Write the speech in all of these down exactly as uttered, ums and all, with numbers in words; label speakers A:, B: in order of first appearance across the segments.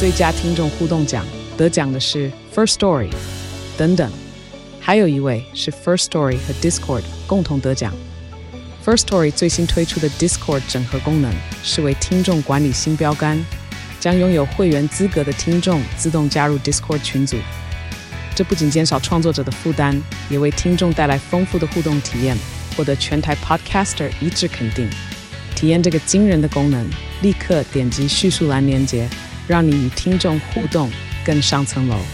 A: 最佳听众互动奖，得奖的是 First Story 等等，还有一位是 First Story 和 Discord 共同得奖。First Story 最新推出的 Discord 整合功能是为听众管理新标杆，将拥有会员资格的听众自动加入 Discord 群组。这不仅减少创作者的负担，也为听众带来丰富的互动体验，获得全台 Podcaster 一致肯定。体验这个惊人的功能，立刻点击叙述栏连结，让你与听众互动更上层楼。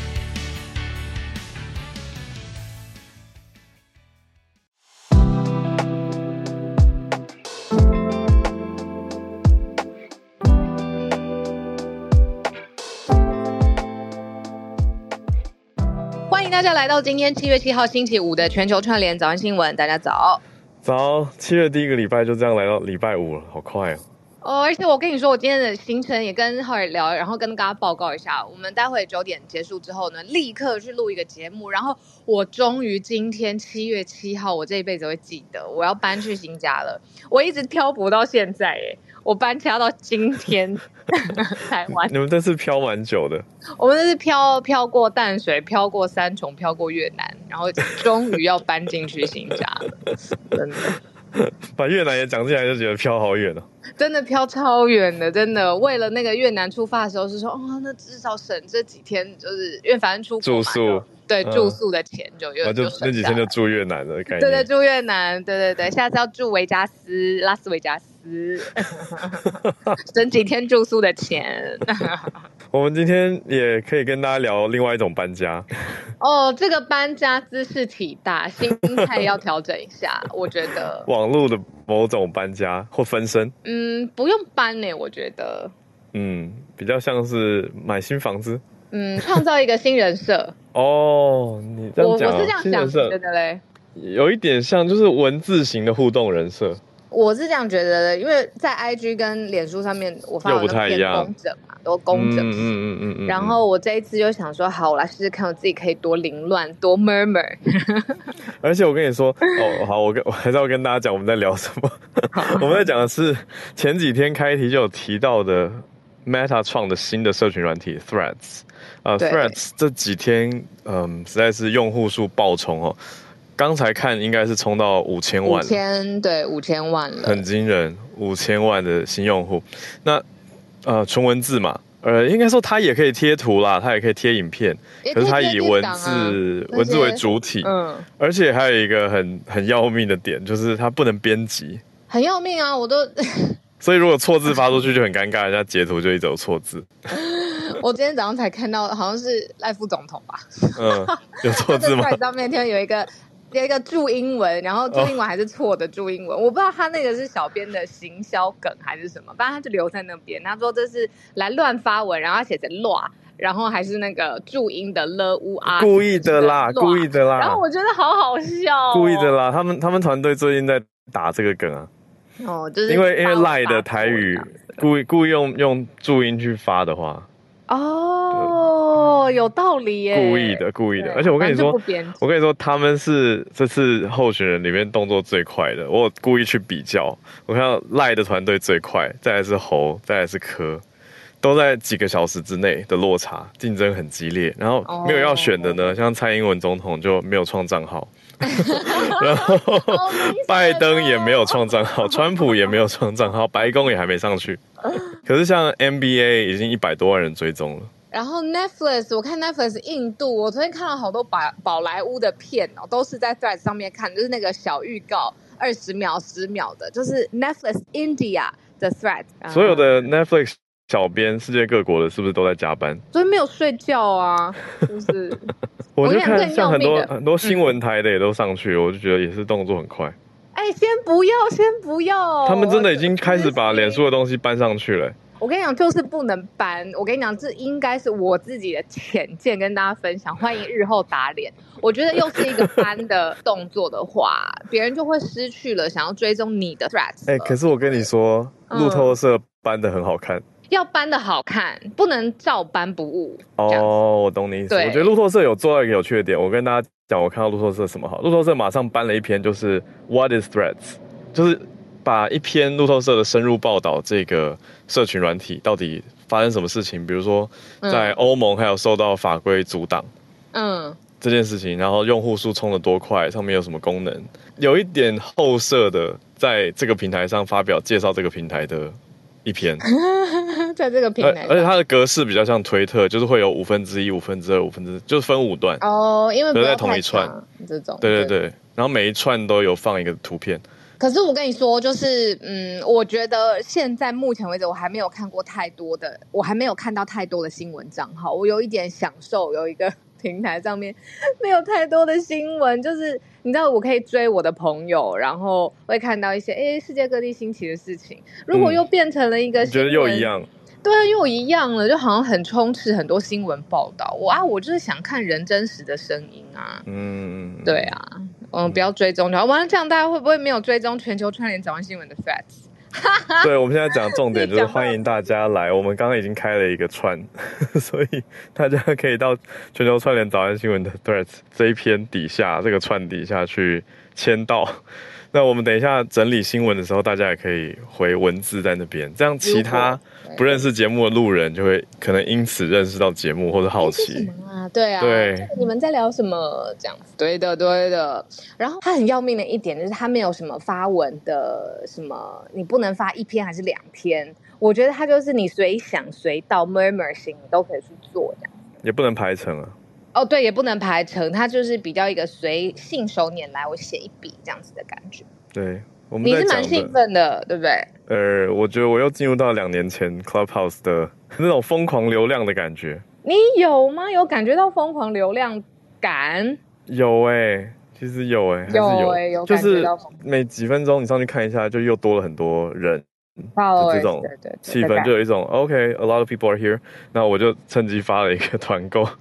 B: 欢迎大家来到今天七月七号星期五的全球串联早安新闻，大家早。
C: 早，七月第一个礼拜就这样来到礼拜五了，好快哦。
B: 哦，而且我跟你说，我今天的行程也跟浩尔聊，然后跟大家报告一下，我们待会九点结束之后呢，立刻去录一个节目，然后我终于今天七月七号，我这一辈子会记得，我要搬去新家了。我一直漂泊到现在，哎，我搬家到今天台湾。
C: 你们这次漂蛮久的。
B: 我们这是漂漂过淡水，漂过三重，漂过越南，然后终于要搬进去新家了，真的。
C: 把越南也讲进来就觉得飘好远哦，
B: 真的飘超远的，真的。为了那个越南出发的时候是说，哦，那至少省这几天，就是因为反正出国嘛，
C: 住宿
B: 对、
C: 嗯、
B: 住宿的钱就有、
C: 啊、就那几天就住越南的概念。
B: 对对，住越南，对对对，下次要住维加斯、拉斯维加斯，省几天住宿的钱。
C: 我们今天也可以跟大家聊另外一种搬家。
B: 哦，这个搬家姿势体大，心态要调整一下，我觉得。
C: 网络的某种搬家或分身，
B: 嗯，不用搬呢，我觉得。
C: 嗯，比较像是买新房子。
B: 嗯，创造一个新人设。
C: 哦，你这样讲、啊，
B: 我我是这样想，觉得嘞，
C: 有一点像，就是文字型的互动人设。
B: 我是这样觉得的，因为在 I G 跟脸书上面，我发的偏工整嘛，都工整型。嗯嗯嗯嗯。然后我这一次就想说，好，我来试试看，我自己可以多凌乱，多 murmur。
C: 而且我跟你说，哦，好，我跟我还是要跟大家讲我们在聊什么。我们在讲的是前几天开题就有提到的 Meta 创的新的社群软体 Threads。呃 ，Threads 这几天，嗯，实在是用户数爆冲哦。刚才看应该是冲到五千万，五
B: 千对五千万了，
C: 很惊人，五千万的新用户。那呃，纯文字嘛，呃，应该说它也可以贴图啦，它也可以贴影片，可是它以文字、啊、文字为主体，嗯，而且还有一个很很要命的点，就是它不能编辑，
B: 很要命啊，我都。
C: 所以如果错字发出去就很尴尬，人家截图就一直有错字。
B: 我今天早上才看到，好像是赖副总统吧？
C: 嗯，有错字吗？
B: 在上面天有一个。有一个注英文，然后注英文还是错的注英文， oh. 我不知道他那个是小编的行销梗还是什么，反正他就留在那边。他说这是来乱发文，然后他写成乱，然后还是那个注音的了乌啊，
C: 故意的啦，故意的啦。
B: 然后我觉得好好笑、哦，
C: 故意的啦。他们他们团队最近在打这个梗啊，
B: 哦，就是
C: 因为因为赖的台语故意故意用用注音去发的话。
B: 哦，有道理耶！
C: 故意的，故意的。而且我跟你说，我跟你说，他们是这次候选人里面动作最快的。我有故意去比较，我看到赖的团队最快，再来是侯，再来是柯，都在几个小时之内的落差，竞争很激烈。然后没有要选的呢，哦、像蔡英文总统就没有创账号，然后拜登也没有创账号，川普也没有创账号，白宫也还没上去。可是像 N B A 已经一百多万人追踪了。
B: 然后 Netflix， 我看 Netflix 印度，我昨天看了好多宝宝莱坞的片哦，都是在 Threads 上面看，就是那个小预告，二十秒、十秒的，就是 Netflix India 的 Threads。
C: 所有的 Netflix 小编，世界各国的，是不是都在加班？
B: 所以没有睡觉啊，就是。
C: 我就看像很多很多新闻台的也都上去，嗯、我就觉得也是动作很快。
B: 哎、欸，先不要，先不要，
C: 他们真的已经开始把脸书的东西搬上去了、欸。
B: 我跟你讲，就是不能搬。我跟你讲，这应该是我自己的浅见，跟大家分享。欢迎日后打脸。我觉得又是一个搬的动作的话，别人就会失去了想要追踪你的 threats。哎、
C: 欸，可是我跟你说，路透社搬的很好看。嗯，
B: 要搬的好看，不能照搬不误。
C: 哦，我懂你意思。我觉得路透社有做到一个有趣的点，我跟大家讲，我看到路透社什么好。路透社马上搬了一篇，就是 What is threats， 就是把一篇路透社的深入报道这个社群软体到底发生什么事情，比如说在欧盟还有受到法规阻挡，嗯，这件事情，然后用户数冲得多快，上面有什么功能，有一点后设的，在这个平台上发表介绍这个平台的一篇，
B: 在这个平台上，
C: 而且它的格式比较像推特，就是会有五分之一、五分之二、五分之一，就是分五段
B: 哦，因为不要
C: 在同一串
B: 这种，
C: 对对对，然后每一串都有放一个图片。
B: 可是我跟你说，就是嗯，我觉得现在目前为止，我还没有看过太多的，我还没有看到太多的新闻账号。我有一点享受，有一个平台上面没有太多的新闻，就是你知道，我可以追我的朋友，然后会看到一些哎世界各地新奇的事情。如果又变成了一个新闻，
C: 嗯，你觉得又一样？
B: 对啊，又一样了，就好像很充斥很多新闻报道。我啊，我就是想看人真实的声音啊。嗯，对啊。嗯，不要追踪就好。完了，这样大家会不会没有追踪全球串联早安新闻的 Threads？
C: 对，我们现在讲重点就是欢迎大家来。我们刚刚已经开了一个串，所以大家可以到全球串联早安新闻的 Threads 这一篇底下这个串底下去签到。那我们等一下整理新闻的时候，大家也可以回文字在那边，这样其他不认识节目的路人就会可能因此认识到节目或者好奇。
B: 什么啊？对啊，
C: 对，
B: 你们在聊什么？这样子，对的，对的。然后他很要命的一点就是他没有什么发文的什么，你不能发一篇还是两篇。我觉得他就是你随想随到 murmur 型，你都可以去做这样。
C: 也不能排程啊。
B: 哦，对，也不能排程，它就是比较一个随信手拈来，我写一笔这样子的感觉。
C: 对，我们
B: 你是蛮兴奋的，对不对？
C: 呃，我觉得我又进入到两年前 Clubhouse 的那种疯狂流量的感觉。
B: 你有吗？有感觉到疯狂流量感？
C: 有哎、欸，其实有哎、欸，还是有，
B: 欸、有
C: 就是每几分钟你上去看一下，就又多了很多人。就这种气氛就有一种 OK a lot of people are here， 那我就趁机发了一个团购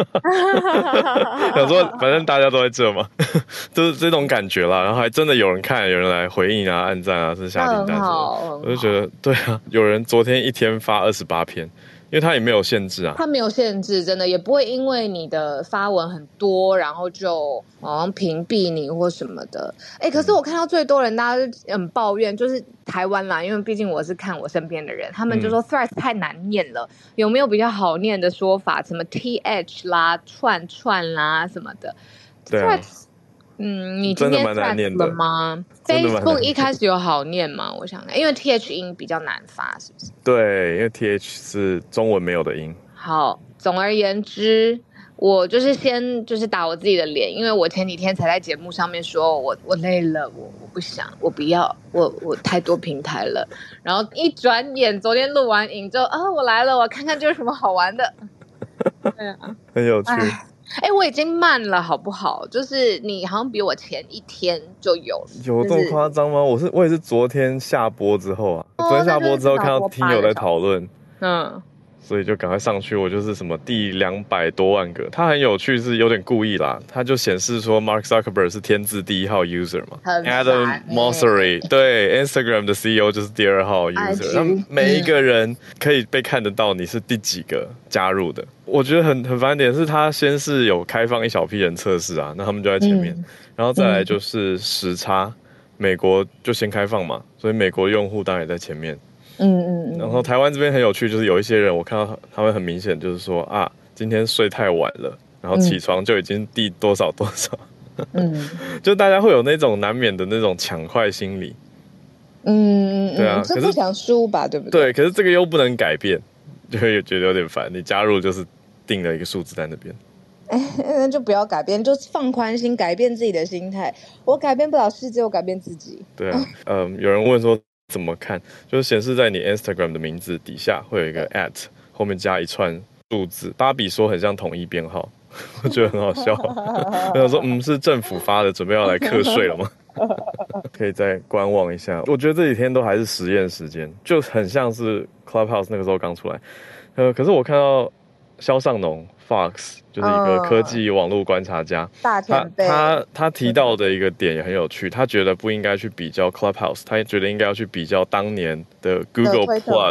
C: 想说反正大家都在这嘛就是这种感觉啦，然后还真的有人看，有人来回应啊按赞啊，甚至下订单，我就觉得对啊，有人昨天一天发二十八篇，因为他也没有限制啊，
B: 他没有限制，真的也不会因为你的发文很多，然后就好像屏蔽你或什么的。哎，可是我看到最多人大家很抱怨，就是台湾啦，因为毕竟我是看我身边的人，他们就说 Threads 太难念了，嗯、有没有比较好念的说法？什么 T H 啦、串串啦什么的。
C: 对啊。
B: Threads，嗯，你今天 Threads 了吗 ？Facebook 一开始有好念吗？我想看，因为 T H 音比较难发，是不是？
C: 对，因为 T H 是中文没有的音。
B: 好，总而言之，我就是先就是打我自己的脸，因为我前几天才在节目上面说我我累了，我我不想，我不要，我我太多平台了。然后一转眼，昨天录完影之后啊，我来了，我看看这有什么好玩的。对啊，
C: 很有趣。
B: 哎、欸，我已经慢了，好不好？就是你好像比我前一天就有了，
C: 有这么夸张吗？我是我也是昨天下播之后啊，哦、昨天下播之后看到听友在讨论，嗯，所以就赶快上去。我就是什么第两百多万个，它很有趣，是有点故意啦。它就显示说 Mark Zuckerberg 是天字第一号 user 嘛 ，Adam Mosseri 对 Instagram 的 C E O 就是第二号 user， 那每一个人可以被看得到你是第几个加入的。我觉得很很烦点是，他先是有开放一小批人测试啊，那他们就在前面，嗯、然后再来就是时差，嗯、美国就先开放嘛，所以美国用户当然也在前面。嗯嗯嗯。然后台湾这边很有趣，就是有一些人我看到他们很明显就是说啊，今天睡太晚了，然后起床就已经第多少多少。嗯。就大家会有那种难免的那种抢快心理。
B: 嗯嗯嗯。
C: 对啊，
B: 可是不想输吧，对不
C: 对？对，可是这个又不能改变，就会觉得有点烦。你加入就是。定了一个数字在那边，
B: 哎，那就不要改变，就放宽心，改变自己的心态。我改变不了世界，我改变自己。
C: 对啊，嗯，有人问说怎么看，就是显示在你 Instagram 的名字底下会有一个 at， 后面加一串数字。芭比说很像统一编号，我觉得很好笑。我想说，嗯，是政府发的，准备要来课税了吗？可以再观望一下。我觉得这几天都还是实验时间，就很像是 Clubhouse 那个时候刚出来。呃，可是我看到。肖尚农 Fox 就是一个科技网络观察家，
B: 大前辈。
C: 他他他提到的一个点也很有趣，他觉得不应该去比较 Clubhouse， 他觉得应该要去比较当年的 Google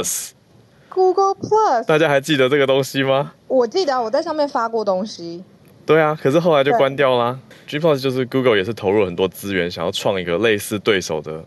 C: Plus。Google
B: Plus，
C: 大家还记得这个东西吗？
B: 我记得我在上面发过东西。
C: 对啊，可是后来就关掉啦。G Plus 就是 Google 也是投入很多资源，想要创一个类似对手的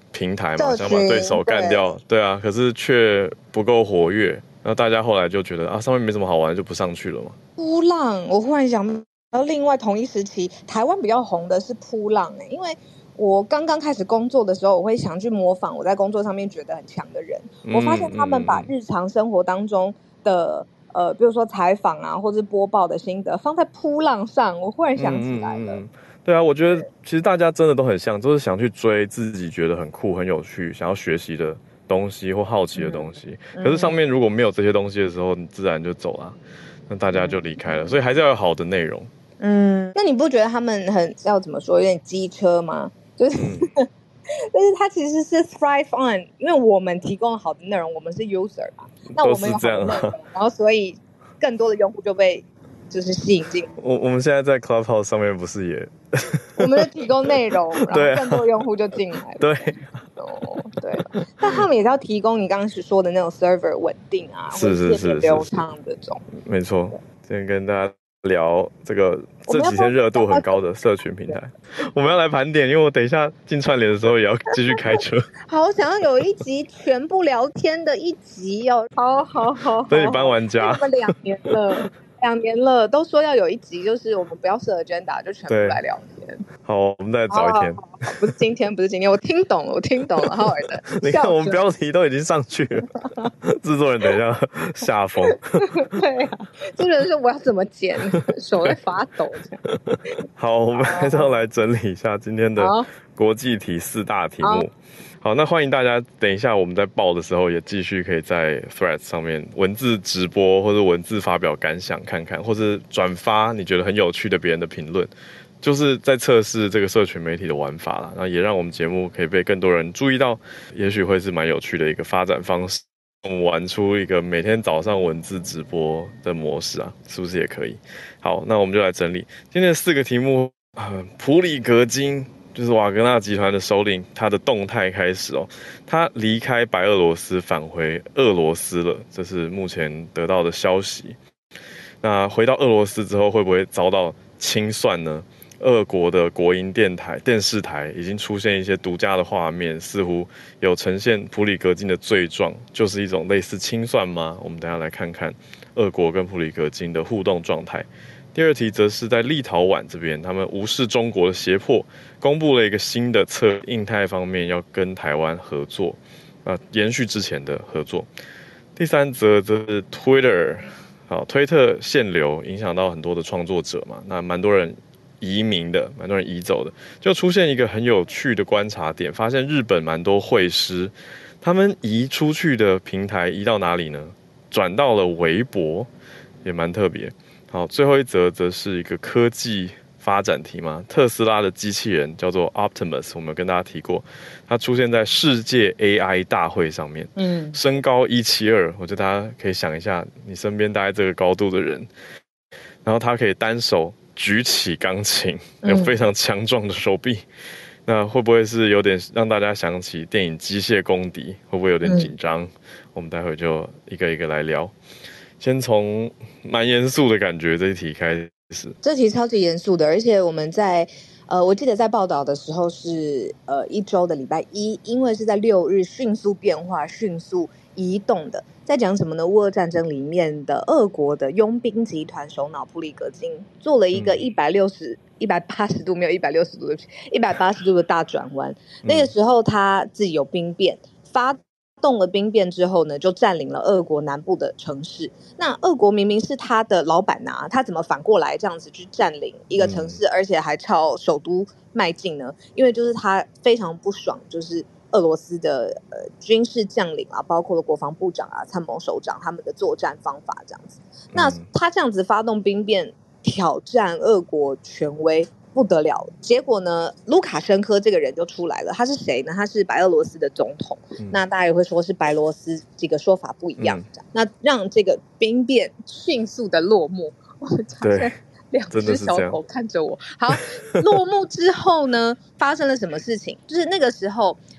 C: 平台嘛，想把对手干掉， 对, 对啊，可是却不够活跃，然后大家后来就觉得啊，上面没什么好玩，就不上去了嘛。
B: 扑浪，我忽然想到另外同一时期台湾比较红的是扑浪、欸、因为我刚刚开始工作的时候，我会想去模仿我在工作上面觉得很强的人、嗯、我发现他们把日常生活当中的呃，比如说采访啊或是播报的心得放在扑浪上，我忽然想起来了、嗯嗯嗯
C: 对啊，我觉得其实大家真的都很像，都是想去追自己觉得很酷很有趣想要学习的东西或好奇的东西、嗯、可是上面如果没有这些东西的时候，你自然就走了，那大家就离开了、嗯、所以还是要有好的内容。
B: 嗯，那你不觉得他们很要怎么说有点机车吗？就是、嗯、就是他其实是 thrive on， 因为我们提供好的内容，我们是 user 嘛，那我们有好的内容、啊、然后所以更多的用户就被就是吸引进。
C: 我我们现在在 Clubhouse 上面不是也
B: 我们就提供内容，然后更多用户就进来了。
C: 对，
B: 哦，对，但他们也是要提供你刚刚说的那种 server 稳定啊，
C: 是是是
B: 流畅的这种。
C: 没错，今天跟大家聊这个这几天热度很高的社群平台，我们要来盘点，因为我等一下进串联的时候也要继续开车。
B: 好想要有一集全部聊天的一集哦，好好好，
C: 等你搬完家，
B: 我们两年了。两年了，都说要有一集，就是我们不要设 agenda， 就全部来聊天。
C: 好，我们再找一天。
B: 好好好好，不是今天，不是今天，我听懂了，我听懂了，浩尔的。
C: 你看，我们标题都已经上去了，制作人等一下下风。
B: 对啊，制作人说我要怎么剪，手在发抖这样。
C: 好，我们还是要来整理一下今天的国际题四大题目。好，那欢迎大家等一下我们在报的时候也继续可以在 Threads 上面文字直播或者文字发表感想看看，或者转发你觉得很有趣的别人的评论，就是在测试这个社群媒体的玩法啦，然后也让我们节目可以被更多人注意到，也许会是蛮有趣的一个发展方式。我们玩出一个每天早上文字直播的模式啊，是不是也可以？好，那我们就来整理今天的四个题目。呃，普里格金就是瓦格纳集团的首领，他的动态开始哦，他离开白俄罗斯返回俄罗斯了，这是目前得到的消息。那回到俄罗斯之后，会不会遭到清算呢？俄国的国营电台、电视台已经出现一些独家的画面，似乎有呈现普里格金的罪状，就是一种类似清算吗？我们等一下来看看俄国跟普里格金的互动状态。第二题则是在立陶宛这边，他们无视中国的胁迫，公布了一个新的策略，印太方面要跟台湾合作，呃，延续之前的合作。第三则则是 Twitter， 好，推特限流影响到很多的创作者嘛，那蛮多人移民的，蛮多人移走的，就出现一个很有趣的观察点，发现日本蛮多绘师，他们移出去的平台移到哪里呢？转到了微博，也蛮特别。好，最后一则则是一个科技发展题嘛，特斯拉的机器人叫做 Optimus， 我们有跟大家提过，它出现在世界 A I 大会上面，嗯，身高一七二，我觉得大家可以想一下，你身边大概这个高度的人，然后他可以单手举起钢琴，有非常强壮的手臂，嗯，那会不会是有点让大家想起电影《机械公敌》？会不会有点紧张？嗯，我们待会就一个一个来聊。先从蛮严肃的感觉这一题开始。
B: 这题超级严肃的，而且我们在呃，我记得在报道的时候是呃一周的礼拜一，因为是在六日迅速变化、迅速移动的。在讲什么呢？乌俄战争里面的俄国的佣兵集团首脑普里格金做了一个一百六十、一百八十度，没有一百六十度的，一百八十度的大转弯。那个时候他自己有兵变，发动了兵变之后呢，就占领了俄国南部的城市。那俄国明明是他的老板啊，他怎么反过来这样子去占领一个城市，嗯，而且还朝首都迈进呢？因为就是他非常不爽，就是俄罗斯的呃军事将领啊，包括了国防部长啊、参谋首长他们的作战方法这样子。那他这样子发动兵变，挑战俄国权威。不得了，结果呢，卢卡申科这个人就出来了。他是谁呢？他是白俄罗斯的总统，嗯，那大家也会说是白罗斯，这个说法不一样，嗯，那让这个兵变迅速的落幕。
C: 对，
B: 两只小狗看着我。好，落幕之后呢，发生了什么事情？就是那个时候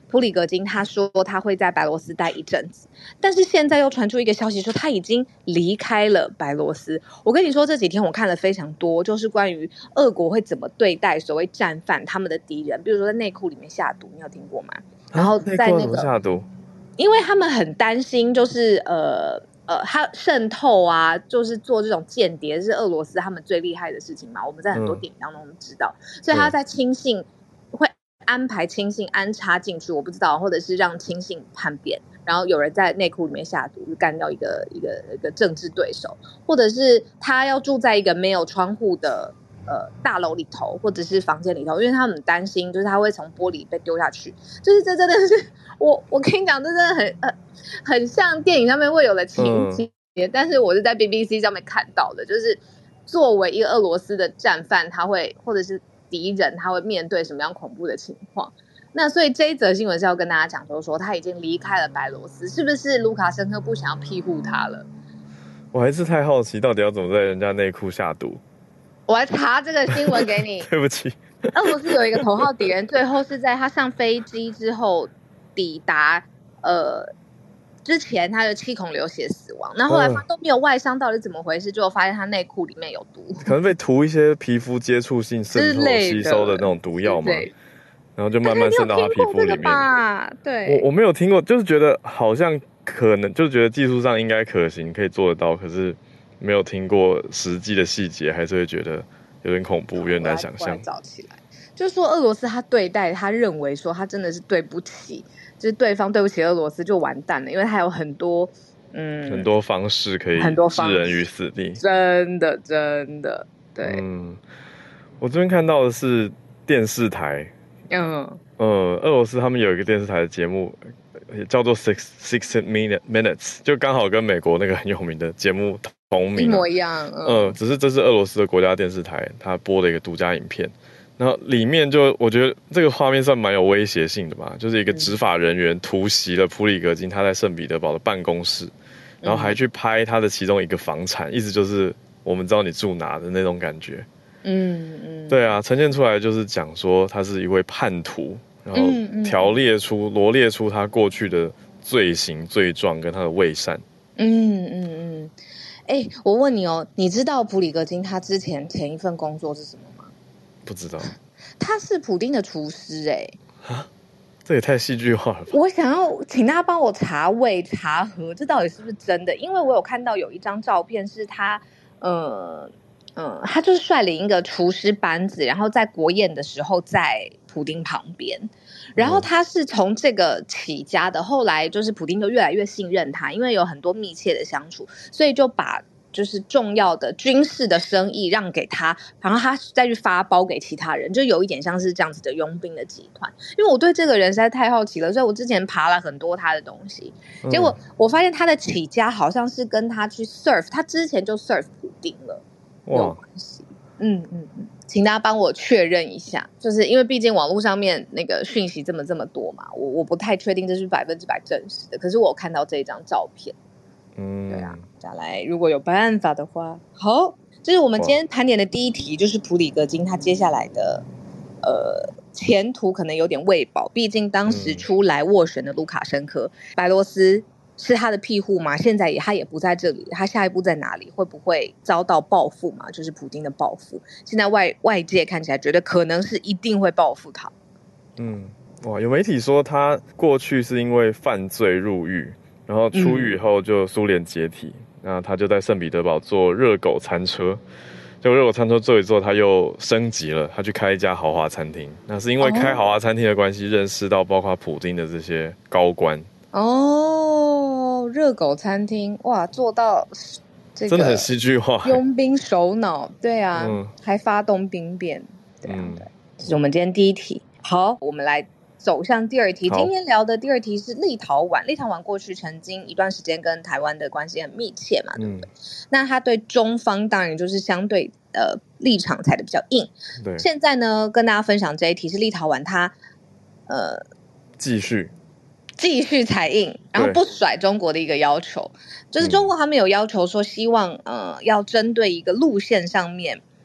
B: 普里格金他说他会在白罗斯待一阵子，但是现在又传出一个消息说他已经离开了白罗斯。我跟你说，这几天我看了非常多，就是关于俄国会怎么对待所谓战犯他们的敌人，比如说在内裤里面下毒，你有听过吗？然后在那个
C: 下毒，
B: 因为他们很担心，就是呃呃，他渗透啊，就是做这种间谍是俄罗斯他们最厉害的事情嘛，我们在很多电影当中都知道，嗯、所以他在亲信会安排亲信安插进去，我不知道，或者是让亲信叛变，然后有人在内裤里面下毒，干掉一个一个一个政治对手，或者是他要住在一个没有窗户的呃大楼里头，或者是房间里头，因为他们担心就是他会从玻璃被丢下去，就是这真的是我我跟你讲，这真的很呃很像电影上面会有的情节、嗯，但是我是在 B B C 上面看到的，就是作为一个俄罗斯的战犯，他会或者是敌人，他会面对什么样恐怖的情况？那所以这一则新闻是要跟大家讲，就是说他已经离开了白罗斯，是不是卢卡申科不想要庇护他了？
C: 我还是太好奇，到底要怎么在人家内裤下毒？
B: 我来查这个新闻给你。
C: 对不起，
B: 俄罗斯有一个头号敌人，最后是在他上飞机之后抵达呃之前，他的七孔流血死亡。那后来发都没有外伤，到底怎么回事？就发现他内裤里面有毒，
C: 可能被涂一些皮肤接触性渗透吸收的那种毒药嘛。然后就慢慢渗到他皮肤里面。
B: 吧对，
C: 我我没有听过，就是觉得好像可能，就是觉得技术上应该可行，可以做得到，可是没有听过实际的细节，还是会觉得有点恐怖，有点难想象。
B: 找起来，就是说俄罗斯他对待他认为说他真的是对不起，就是对方对不起俄罗斯就完蛋了，因为他有很多嗯
C: 很多方式可以置人于死地，
B: 真的真的对。嗯，
C: 我这边看到的是电视台。嗯，呃，俄罗斯他们有一个电视台的节目，叫做 Six Six Minutes， 就刚好跟美国那个很有名的节目同名，
B: 一模一样。
C: 嗯、呃，只是这是俄罗斯的国家电视台，它播的一个独家影片，然后里面就我觉得这个画面算蛮有威胁性的吧，就是一个执法人员突袭了普里格金他在圣彼得堡的办公室，然后还去拍他的其中一个房产，意思就是我们知道你住哪的那种感觉。嗯嗯，对啊，呈现出来就是讲说他是一位叛徒，然后条列出、罗列出他过去的罪行、罪状跟他的伪善。嗯
B: 嗯嗯，哎、欸，我问你哦，你知道普里格金他之前前一份工作是什么吗？
C: 不知道。
B: 他是普丁的厨师。哎、欸，
C: 啊，这也太戏剧化了吧！
B: 我想要请大家帮我查位查核，这到底是不是真的？因为我有看到有一张照片是他，呃。嗯，他就是率领一个厨师班子，然后在国宴的时候在普丁旁边，然后他是从这个起家的，后来就是普丁就越来越信任他，因为有很多密切的相处，所以就把就是重要的军事的生意让给他，然后他再去发包给其他人，就有一点像是这样子的佣兵的集团。因为我对这个人实在太好奇了，所以我之前爬了很多他的东西，结果我发现他的起家好像是跟他去 serve， 他之前就 serve 普丁了。有关系，嗯嗯嗯，请大家帮我确认一下，就是因为毕竟网络上面那个讯息这么这么多嘛，我我不太确定这是百分之百真实的，可是我看到这一张照片，嗯，对啊，再来，如果有办法的话，好，这是我们今天盘点的第一题，就是普里格金他接下来的呃前途可能有点未保，毕竟当时出来斡旋的卢卡申科，嗯、白罗斯。是他的庇护吗？现在也他也不在这里，他下一步在哪里？会不会遭到报复嘛？就是普丁的报复。现在外外界看起来觉得可能是一定会报复他。
C: 嗯，哇，有媒体说他过去是因为犯罪入狱，然后出狱以后就苏联解体，那、嗯、他就在圣彼得堡做热狗餐车。就热狗餐车做一做，他又升级了，他去开一家豪华餐厅。那是因为开豪华餐厅的关系，认识到包括普丁的这些高官。
B: 哦，热狗餐厅哇，做到这个
C: 真的很戏剧化，
B: 佣兵首脑，对啊，嗯、还发动兵变，对啊，嗯、对。这是我们今天第一题。好，我们来走向第二题。今天聊的第二题是立陶宛。立陶宛过去曾经一段时间跟台湾的关系很密切嘛，对不对？嗯、那他对中方当然就是相对呃立场踩得比较硬。对。现在呢，跟大家分享这一题是立陶宛他呃
C: 继续。
B: 继续踩硬，然后不甩中国的一个要求，就是中国他们有要求说，希望呃要针对一个路线上面，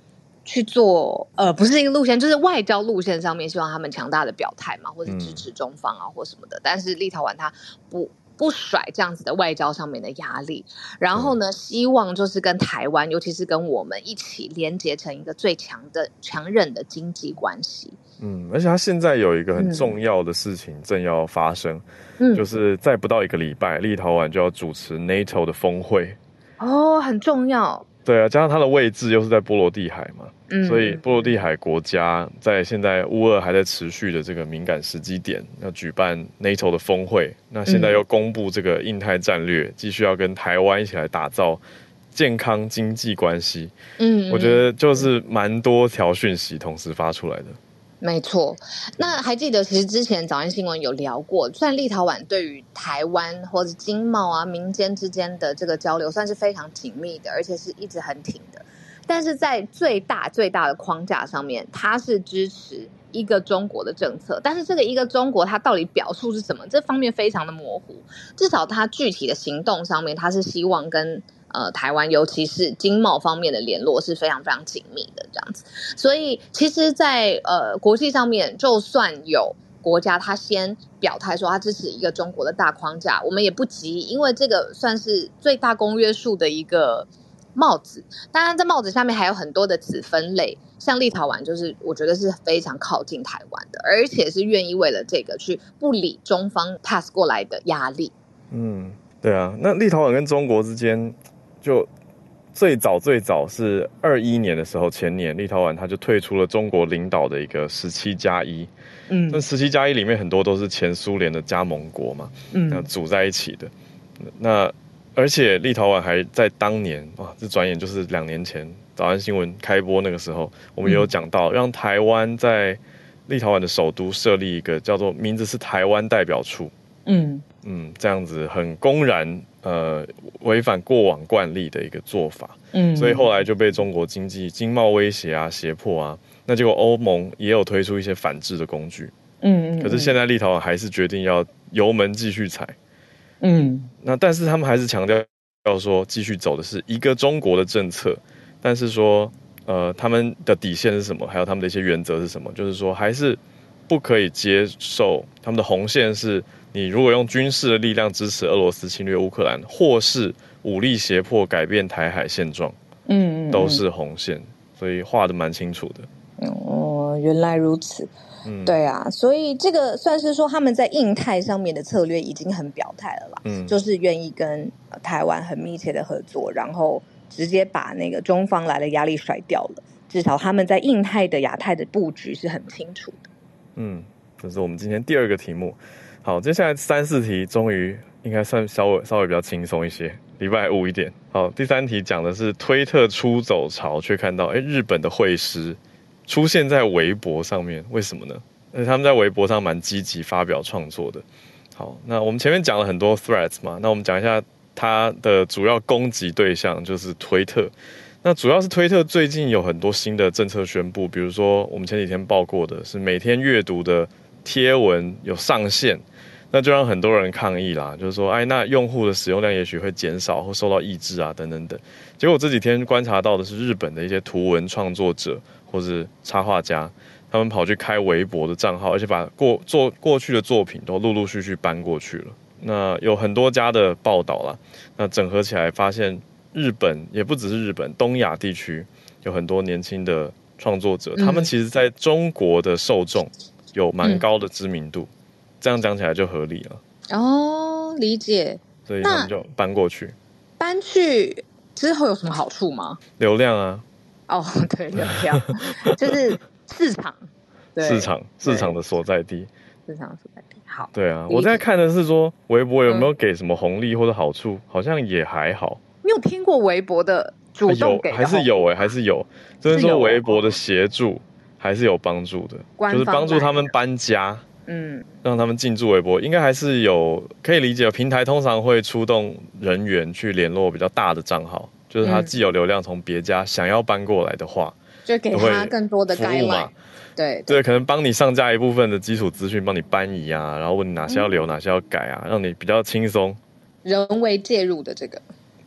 B: 去做呃，不是一个路线，就是外交路线上面希望他们强大的表态嘛，或者支持中方啊、嗯、或什么的。但是立陶宛他不不甩这样子的外交上面的压力，然后呢，希望就是跟台湾，尤其是跟我们一起连结成一个最强的强韧的经济关系。
C: 嗯，而且他现在有一个很重要的事情正要发生，嗯，就是在不到一个礼拜，立陶宛就要主持 NATO 的峰会。
B: 哦，很重要。
C: 对啊，加上它的位置又是在波罗的海嘛，嗯，所以波罗的海国家在现在乌俄还在持续的这个敏感时机点，要举办 NATO 的峰会，那现在又公布这个印太战略，继续要跟台湾一起来打造健康经济关系。嗯，我觉得就是蛮多条讯息同时发出来的。
B: 没错，那还记得其实之前早安新闻有聊过，虽然立陶宛对于台湾或者经贸啊民间之间的这个交流算是非常紧密的，而且是一直很挺的，但是在最大最大的框架上面，它是支持一个中国的政策，但是这个一个中国它到底表述是什么，这方面非常的模糊，至少它具体的行动上面，它是希望跟呃，台湾尤其是经贸方面的联络是非常非常紧密的这样子，所以其实在呃国际上面，就算有国家他先表态说他支持一个中国的大框架，我们也不急，因为这个算是最大公约数的一个帽子，当然在帽子下面还有很多的子分类，像立陶宛就是我觉得是非常靠近台湾的，而且是愿意为了这个去不理中方 pass 过来的压力。
C: 嗯，对啊，那立陶宛跟中国之间就最早最早是二一年的时候，前年立陶宛他就退出了中国领导的一个十七加一，嗯，那十七加一里面很多都是前苏联的加盟国嘛，嗯，那组在一起的，那而且立陶宛还在当年哇，这转眼就是两年前早安新闻开播那个时候，我们也有讲到，让台湾在立陶宛的首都设立一个叫做名字是台湾代表处，嗯嗯，这样子很公然。呃，违反过往惯例的一个做法，嗯，所以后来就被中国经济经贸威胁啊、胁迫啊，那结果欧盟也有推出一些反制的工具，嗯，可是现在立陶宛还是决定要油门继续踩，嗯，那但是他们还是强调要说继续走的是一个中国的政策，但是说呃他们的底线是什么，还有他们的一些原则是什么，就是说还是不可以接受他们的红线是。你如果用军事的力量支持俄罗斯侵略乌克兰，或是武力胁迫改变台海现状，嗯，都是红线，所以画得蛮清楚的。
B: 哦，原来如此。嗯，对啊，所以这个算是说他们在印太上面的策略已经很表态了啦，嗯，就是愿意跟台湾很密切的合作，然后直接把那个中方来的压力甩掉了。至少他们在印太的亚太的布局是很清楚的。
C: 嗯，这是我们今天第二个题目。好，接下来三四题终于应该算稍微稍微比较轻松一些，礼拜五一点。好，第三题讲的是推特出走潮，却看到哎日本的绘师出现在微博上面，为什么呢？而且他们在微博上蛮积极发表创作的。好，那我们前面讲了很多 threads 嘛，那我们讲一下它的主要攻击对象就是推特。那主要是推特最近有很多新的政策宣布，比如说我们前几天报过的是每天阅读的贴文有上限。那就让很多人抗议啦，就是说，哎，那用户的使用量也许会减少或受到抑制啊，等等等。结果这几天观察到的是日本的一些图文创作者或是插画家，他们跑去开微博的账号，而且把过做过去的作品都陆陆续续搬过去了。那有很多家的报道啦，那整合起来发现，日本也不只是日本，东亚地区有很多年轻的创作者，他们其实在中国的受众有蛮高的知名度。嗯，这样讲起来就合理了
B: 哦，理解。
C: 所以他们就搬过去。
B: 搬去之后有什么好处吗？
C: 流量啊。
B: 哦，对，流量就是市场，
C: 市场市场的所在地。
B: 市场所在地。好。
C: 对啊，我在看的是说微博有没有给什么红利或者好处，嗯、好像也还好。
B: 你有听过微博的主动给的？
C: 还是有哎、欸，还是有。就是说微博的协助还是有帮助的，就是帮助他们搬家。嗯，让他们进驻微博，应该还是有可以理解。平台通常会出动人员去联络比较大的账号，就是他既有流量从别家想要搬过来的话，
B: 就给他更多的guideline嘛。对
C: 对, 对，可能帮你上架一部分的基础资讯，帮你搬移啊，然后问你哪些要留，嗯、哪些要改啊，让你比较轻松。
B: 人为介入的这个。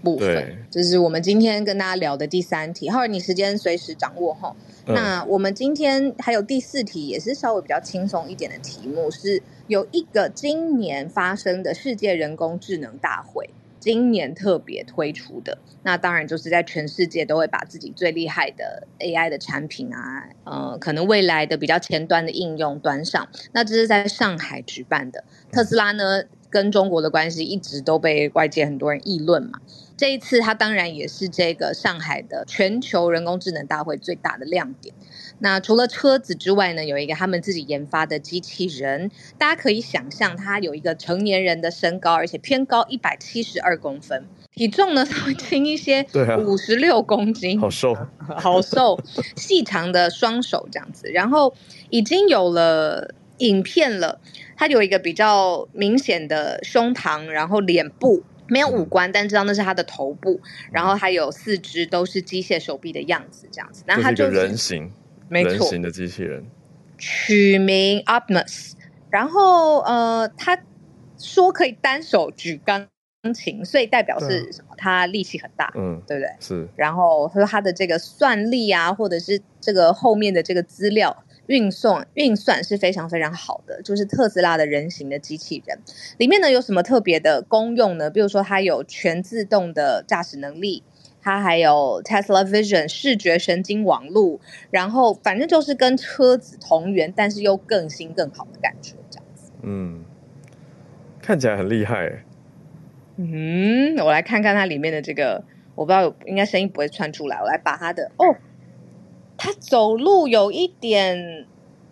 B: 部分，这是我们今天跟大家聊的第三题。浩尔，你时间随时掌握齁、嗯、那我们今天还有第四题，也是稍微比较轻松一点的题目，是有一个今年发生的世界人工智能大会，今年特别推出的，那当然就是在全世界都会把自己最厉害的 A I 的产品啊，呃，可能未来的比较前端的应用端上。那这是在上海举办的，特斯拉呢跟中国的关系一直都被外界很多人议论嘛。这一次它当然也是这个上海的全球人工智能大会最大的亮点。那除了车子之外呢，有一个他们自己研发的机器人，大家可以想象它有一个成年人的身高，而且偏高一百七十二公分，体重呢稍微轻一些，五十六公斤，
C: 好瘦
B: 好瘦，细长的双手这样子。然后已经有了影片了，它有一个比较明显的胸膛，然后脸部没有五官，但知道那是它的头部，然后还有四肢都是机械手臂的样子这样子。那它
C: 就是一个人形，没错，人形的机器人，
B: 取名 Optimus。 然后呃，他说可以单手举钢琴，所以代表是什么？他力气很大，嗯，对不对？
C: 是。
B: 然后说他的这个算力啊，或者是这个后面的这个资料运算运算是非常非常好的，就是特斯拉的人形的机器人里面呢有什么特别的功用呢？比如说它有全自动的驾驶能力，它还有 Tesla Vision 视觉神经网路，然后反正就是跟车子同源，但是又更新更好的感觉这样子。
C: 嗯，看起来很厉害。
B: 嗯，我来看看它里面的这个，我不知道，应该声音不会传出来，我来把它的哦，它走路有一点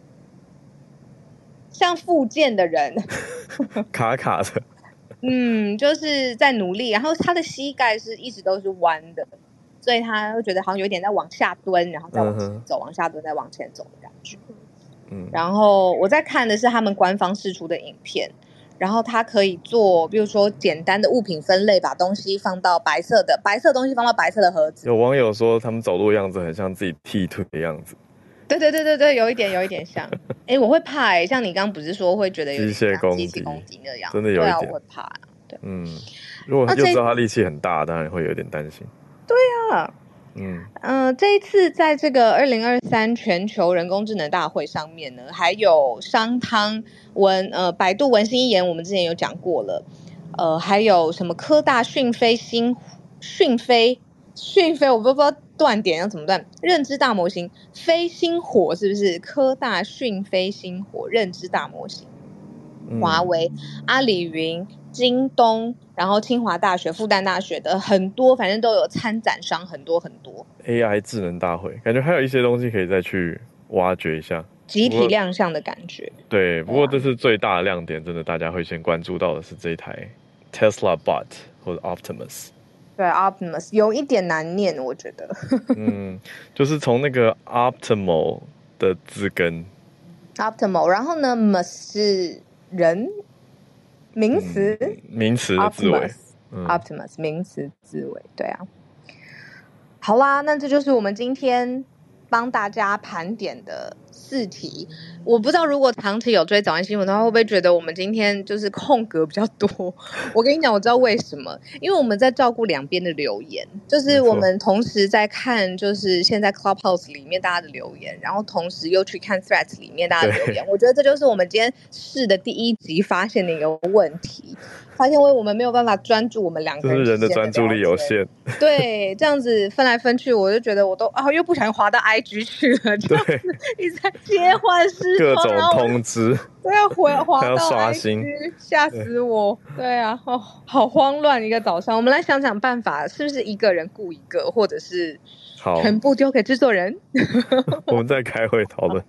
B: 像复健的人
C: 卡卡的，
B: 嗯，就是在努力，然后他的膝盖是一直都是弯的，所以他会觉得好像有点在往下蹲，然后再往前走，嗯、往下蹲再往前走的感觉。嗯，然后我在看的是他们官方释出的影片，然后它可以做，比如说简单的物品分类，把东西放到白色的白色的东西放到白色的盒子。
C: 有网友说他们走路的样子很像自己剃腿的样子。
B: 对对对对对，有一点有一点像。哎，我会怕哎、欸，像你刚刚不是说会觉得有点像机械攻击那样，
C: 真的有一点，
B: 对啊，我会怕、啊。对，
C: 嗯，如果又知道他力气很大，当然会有点担心。
B: 对啊。嗯呃，这一次在这个二零二三全球人工智能大会上面呢，还有商汤文呃百度文心一言，我们之前有讲过了，呃，还有什么科大讯飞新讯飞讯飞，我都不知道断点要怎么断，认知大模型飞星火是不是？科大讯飞星火认知大模型，华为、嗯、阿里云、京东，然后清华大学、复旦大学的很多，反正都有参展商很多很多。
C: A I 智能大会，感觉还有一些东西可以再去挖掘一下，
B: 集体亮相的感觉。
C: 对，不过这是最大的亮点，真的大家会先关注到的是这一台 Tesla Bot 或者 Optimus。
B: 对 Optimus 有一点难念，我觉得。
C: 嗯，就是从那个 Optimal 的字根
B: Optimal， 然后呢 ，mus 是人名词、
C: 嗯，名词的字尾
B: Optimus，嗯、Optimus 名词字尾，对啊。好啦，那这就是我们今天帮大家盘点的四题。我不知道如果长期有追早安新闻的话，会不会觉得我们今天就是空格比较多？我跟你讲，我知道为什么，因为我们在照顾两边的留言，就是我们同时在看，就是现在 Clubhouse 里面大家的留言，然后同时又去看 Threads 里面大家的留言。我觉得这就是我们今天试的第一集发现的一个问题，发现我们没有办法专注我们两个人，
C: 就是人的专注力有限。
B: 对，这样子分来分去，我就觉得我都啊又不小心滑到 I G 去了，这样子一直在切换视
C: 各种通知，
B: 都要回滑到 I G，
C: 要刷新，
B: 吓死我！对啊，哦，好慌乱一个早上。我们来想想办法，是不是一个人雇一个，或者是全部丢给制作人？
C: 我们再开会讨论。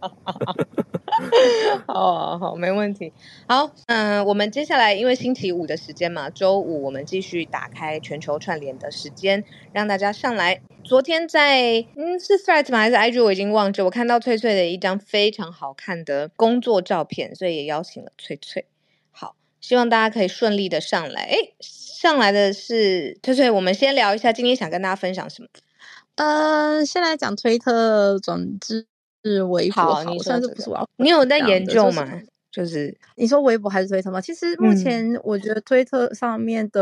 B: 好好好，没问题。好，嗯、呃，我们接下来因为星期五的时间嘛，周五我们继续打开全球串联的时间，让大家上来。昨天在嗯是 Threads 吗还是 I G 我已经忘记，我看到翠翠的一张非常好看的工作照片，所以也邀请了翠翠。好，希望大家可以顺利的上来。哎，上来的是翠翠，我们先聊一下今天想跟大家分享什么。
D: 呃，先来讲推特转至微博。
B: 好，你
D: 算是不是我要？
B: 你有在研究吗？就是、就是、
D: 你说微博还是推特吗？其实目前我觉得推特上面的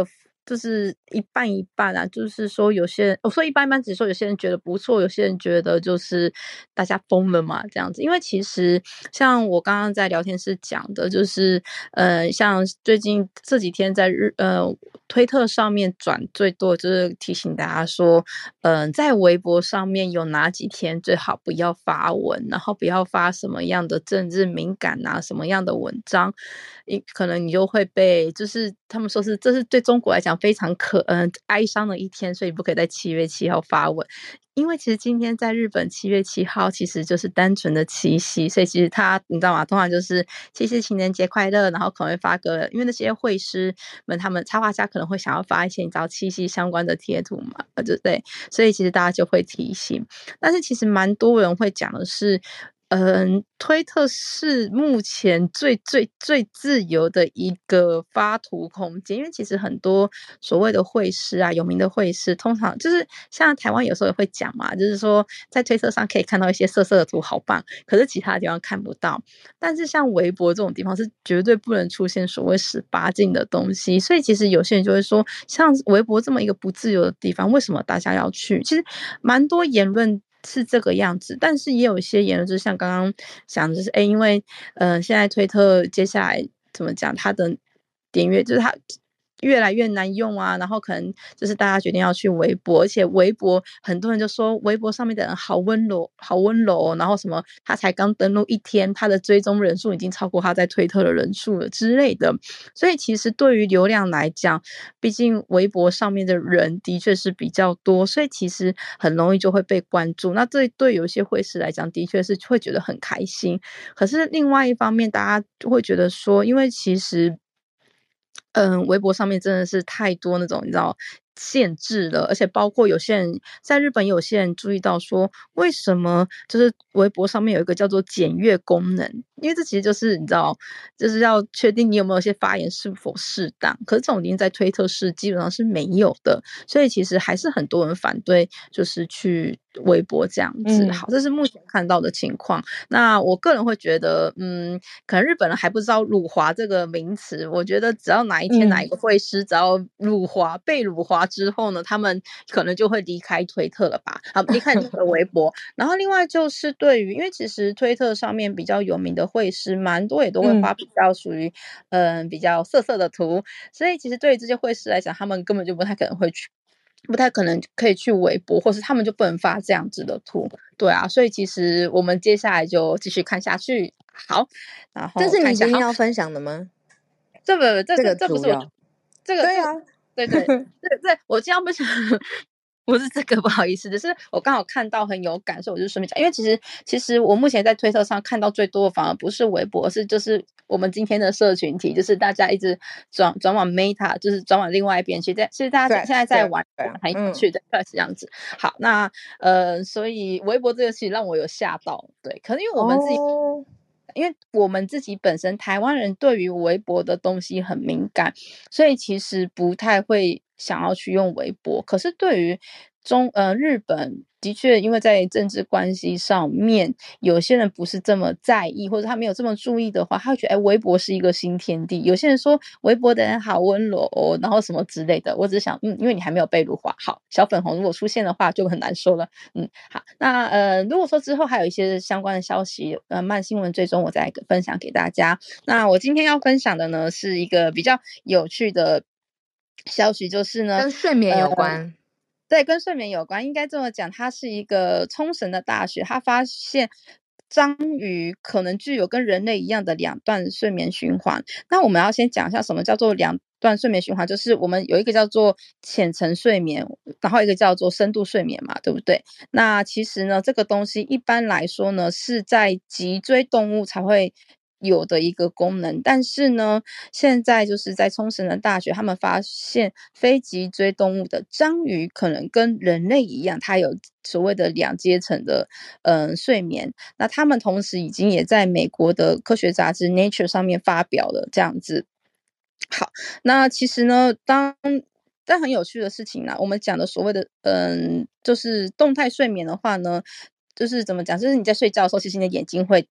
D: 就是一半一半啊，就是说有些人，我说一般一般，只是说有些人觉得不错，有些人觉得就是大家疯了嘛，这样子。因为其实像我刚刚在聊天室讲的，就是呃，像最近这几天在日呃推特上面转最多，就是提醒大家说，嗯、呃，在微博上面有哪几天最好不要发文，然后不要发什么样的政治敏感啊，什么样的文章，可能你就会被，就是他们说是这是对中国来讲非常可嗯、呃、哀伤的一天，所以不可以在七月七号发文。因为其实今天在日本七月七号其实就是单纯的七夕，所以其实他你知道吗？通常就是七夕情人节快乐，然后可能会发个，因为那些绘师们他们插画家可能会想要发一些你知道七夕相关的贴图嘛，对对，所以其实大家就会提醒。但是其实蛮多人会讲的是，嗯，推特是目前最最最自由的一个发图空间，因为其实很多所谓的绘师啊，有名的绘师，通常就是像台湾有时候也会讲嘛，就是说在推特上可以看到一些色色的图，好棒，可是其他地方看不到。但是像微博这种地方是绝对不能出现所谓十八禁的东西，所以其实有些人就会说，像微博这么一个不自由的地方，为什么大家要去？其实蛮多言论是这个样子，但是也有一些言论就是像刚刚讲的，就是哎，因为呃，现在推特接下来怎么讲，它的点阅就是它越来越难用啊，然后可能就是大家决定要去微博，而且微博很多人就说微博上面的人好温柔，好温柔哦，然后什么他才刚登录一天，他的追踪人数已经超过他在推特的人数了之类的，所以其实对于流量来讲，毕竟微博上面的人的确是比较多，所以其实很容易就会被关注。那这对有些绘师来讲，的确是会觉得很开心。可是另外一方面，大家会觉得说，因为其实嗯，微博上面真的是太多那种你知道限制了，而且包括有些人在日本，有些人注意到说，为什么就是微博上面有一个叫做检阅功能，因为这其实就是你知道，就是要确定你有没有一些发言是否适当。可是这种已经在推特是基本上是没有的，所以其实还是很多人反对，就是去微博这样子。
B: 嗯
D: 好，这是目前看到的情况。那我个人会觉得，嗯，可能日本人还不知道辱华这个名词。我觉得只要哪一天哪一个会师只要辱华被辱华之后呢，他们可能就会离开推特了吧？好，离开那个微博。然后另外就是对于，因为其实推特上面比较有名的会师，蛮多也都会发比较属于嗯、呃、比较色色的图，所以其实对于这些会师来讲，他们根本就不太可能会去。不太可能可以去微博，或是他们就不能发这样子的图，对啊，所以其实我们接下来就继续看下去。好，然后
E: 这是你
D: 看一下
E: 今天要分享的吗？
D: 这个这
E: 这
D: 个这不是我这个
E: 对啊，
D: 对对对对，我今天要分享不是这个，不好意思，只是我刚好看到很有感，所以我就顺便讲。因为其实其实我目前在推特上看到最多的反而不是微博，是就是我们今天的社群体，就是大家一直转转往 Meta， 就是转往另外一边去。其实大家现在在玩很有趣的这样子。好，那呃，所以微博这个其实让我有吓到，对，可能因为我们自己。哦，因为我们自己本身台湾人对于微博的东西很敏感，所以其实不太会想要去用微博。可是对于中呃日本，的确因为在政治关系上面，有些人不是这么在意，或者他没有这么注意的话，他会觉得哎，微博是一个新天地。有些人说微博的人好温柔哦，然后什么之类的。我只是想，嗯，因为你还没有被辱华，好，小粉红如果出现的话就很难说了。嗯，好，那呃，如果说之后还有一些相关的消息，呃，慢新闻最终我再分享给大家。那我今天要分享的呢，是一个比较有趣的消息，就是呢，
B: 跟睡眠有关。
D: 呃对，跟睡眠有关，应该这么讲，它是一个冲绳的大学，它发现章鱼可能具有跟人类一样的两段睡眠循环。那我们要先讲一下什么叫做两段睡眠循环，就是我们有一个叫做浅层睡眠，然后一个叫做深度睡眠嘛，对不对？那其实呢，这个东西一般来说呢，是在脊椎动物才会有的一个功能，但是呢，现在就是在冲绳的大学，他们发现非脊椎动物的章鱼可能跟人类一样，它有所谓的两阶层的嗯、呃、睡眠。那他们同时已经也在美国的科学杂志 Nature 上面发表了这样子。好，那其实呢，当但很有趣的事情呢，我们讲的所谓的嗯，就是动态睡眠的话呢，就是怎么讲，就是你在睡觉的时候，其实你的眼睛会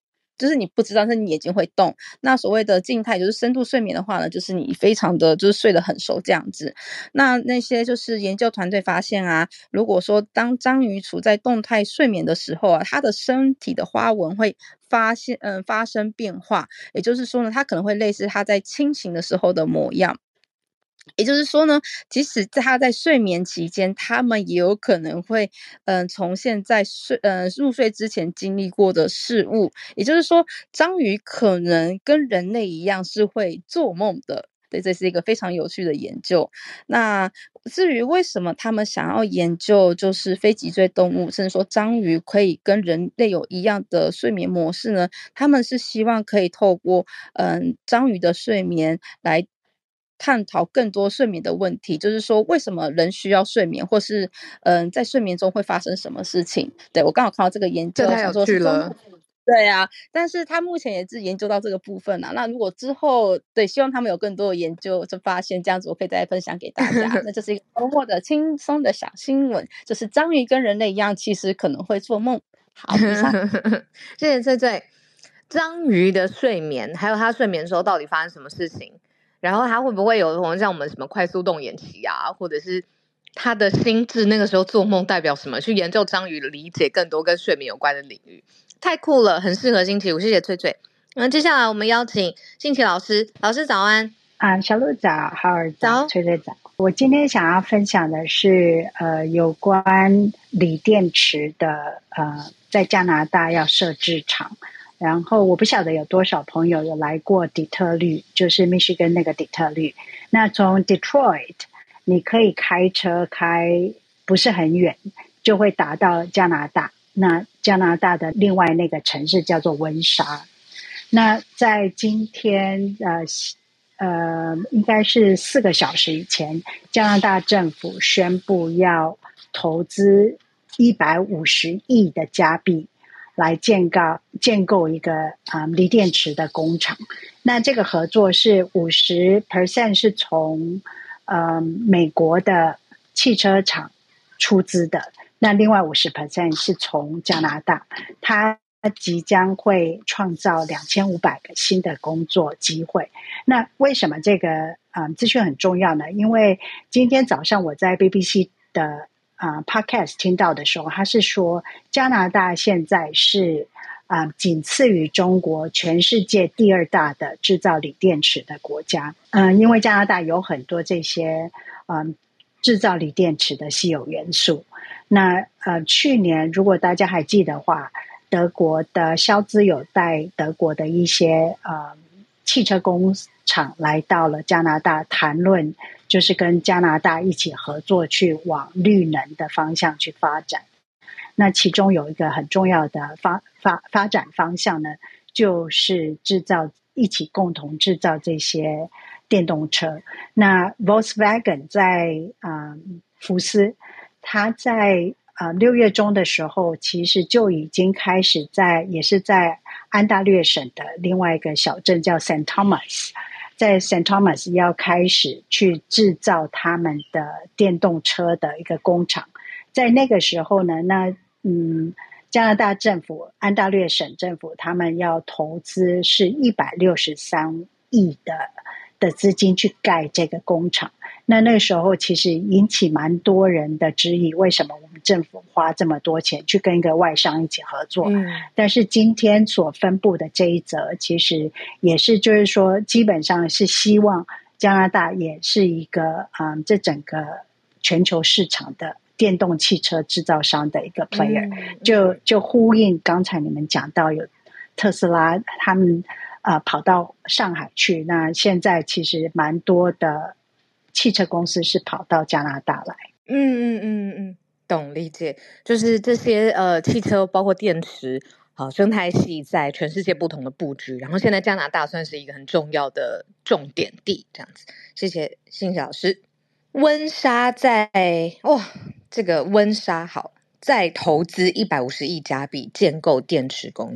D: 就是你不知道，但是你眼睛会动。那所谓的静态就是深度睡眠的话呢，就是你非常的就是睡得很熟这样子。那那些就是研究团队发现啊，如果说当章鱼处在动态睡眠的时候啊，它的身体的花纹会发现嗯、呃、发生变化，也就是说呢，它可能会类似它在清醒的时候的模样。也就是说呢，即使在他在睡眠期间，他们也有可能会嗯、呃、重现在睡呃入睡之前经历过的事物。也就是说，章鱼可能跟人类一样是会做梦的。对，这是一个非常有趣的研究。那至于为什么他们想要研究就是非脊椎动物，甚至说章鱼可以跟人类有一样的睡眠模式呢？他们是希望可以透过嗯章鱼的睡眠来探讨更多睡眠的问题，就是说为什么人需要睡眠，或是嗯在睡眠中会发生什么事情。对，我刚好看到这个研究，
B: 这太有趣了。
D: 对啊，但是他目前也是研究到这个部分啊。那如果之后对，希望他们有更多的研究，就发现这样子，我可以再分享给大家。那这是一个周末的轻松的小新闻，就是章鱼跟人类一样，其实可能会做梦。好，以上。
B: 谢谢翠翠。章鱼的睡眠，还有他睡眠的时候到底发生什么事情？然后他会不会有像我们什么快速动眼期啊，或者是他的心智那个时候做梦代表什么？去研究章鱼，理解更多跟睡眠有关的领域。太酷了，很适合星期五，谢谢翠翠。那接下来我们邀请信琪老师，老师早安。
E: 啊，小鹿早，浩尔早，翠翠早。我今天想要分享的是，呃，有关锂电池的，呃，在加拿大要设置厂。然后我不晓得有多少朋友有来过底特律，就是 Michigan 那个底特律。那从 Detroit 你可以开车开不是很远，就会达到加拿大。那加拿大的另外那个城市叫做温莎。那在今天呃呃，应该是四个小时以前，加拿大政府宣布要投资一百五十亿的加币来建构建构一个啊、呃、锂电池的工厂。那这个合作是 百分之五十 是从呃美国的汽车厂出资的。那另外 百分之五十 是从加拿大，它即将会创造两千五百个新的工作机会。那为什么这个呃资讯很重要呢？因为今天早上我在 B B C 的呃 Podcast 听到的时候，他是说加拿大现在是啊、呃、仅次于中国全世界第二大的制造锂电池的国家。嗯、呃，因为加拿大有很多这些嗯、呃、制造锂电池的稀有元素。那呃，去年如果大家还记得的话，德国的肖兹有带德国的一些呃汽车工厂来到了加拿大，谈论就是跟加拿大一起合作去往绿能的方向去发展。那其中有一个很重要的发发发展方向呢，就是制造一起共同制造这些电动车。那 Volkswagen 在啊、呃、福斯，他在呃六月中的时候，其实就已经开始在也是在安大略省的另外一个小镇叫 Saint Thomas， 在 Saint Thomas 要开始去制造他们的电动车的一个工厂。在那个时候呢，那嗯，加拿大政府安大略省政府他们要投资是一百六十三亿的的资金去盖这个工厂。那那个时候其实引起蛮多人的质疑，为什么我们政府花这么多钱去跟一个外商一起合作？嗯，但是今天所分布的这一则其实也是就是说基本上是希望加拿大也是一个嗯，这整个全球市场的电动汽车制造商的一个 player，嗯，就就呼应刚才你们讲到有特斯拉他们呃跑到上海去，那现在其实蛮多的汽车公司是跑到加拿大来。
B: 嗯嗯嗯嗯，懂，理解。就是这些呃汽车包括电池好生态系在全世界不同的布局，然后现在加拿大算是一个很重要的重点地，这样子。谢谢信老师。温莎在哇、哦，这个温莎好在投资一百五十亿加币建构电池工厂。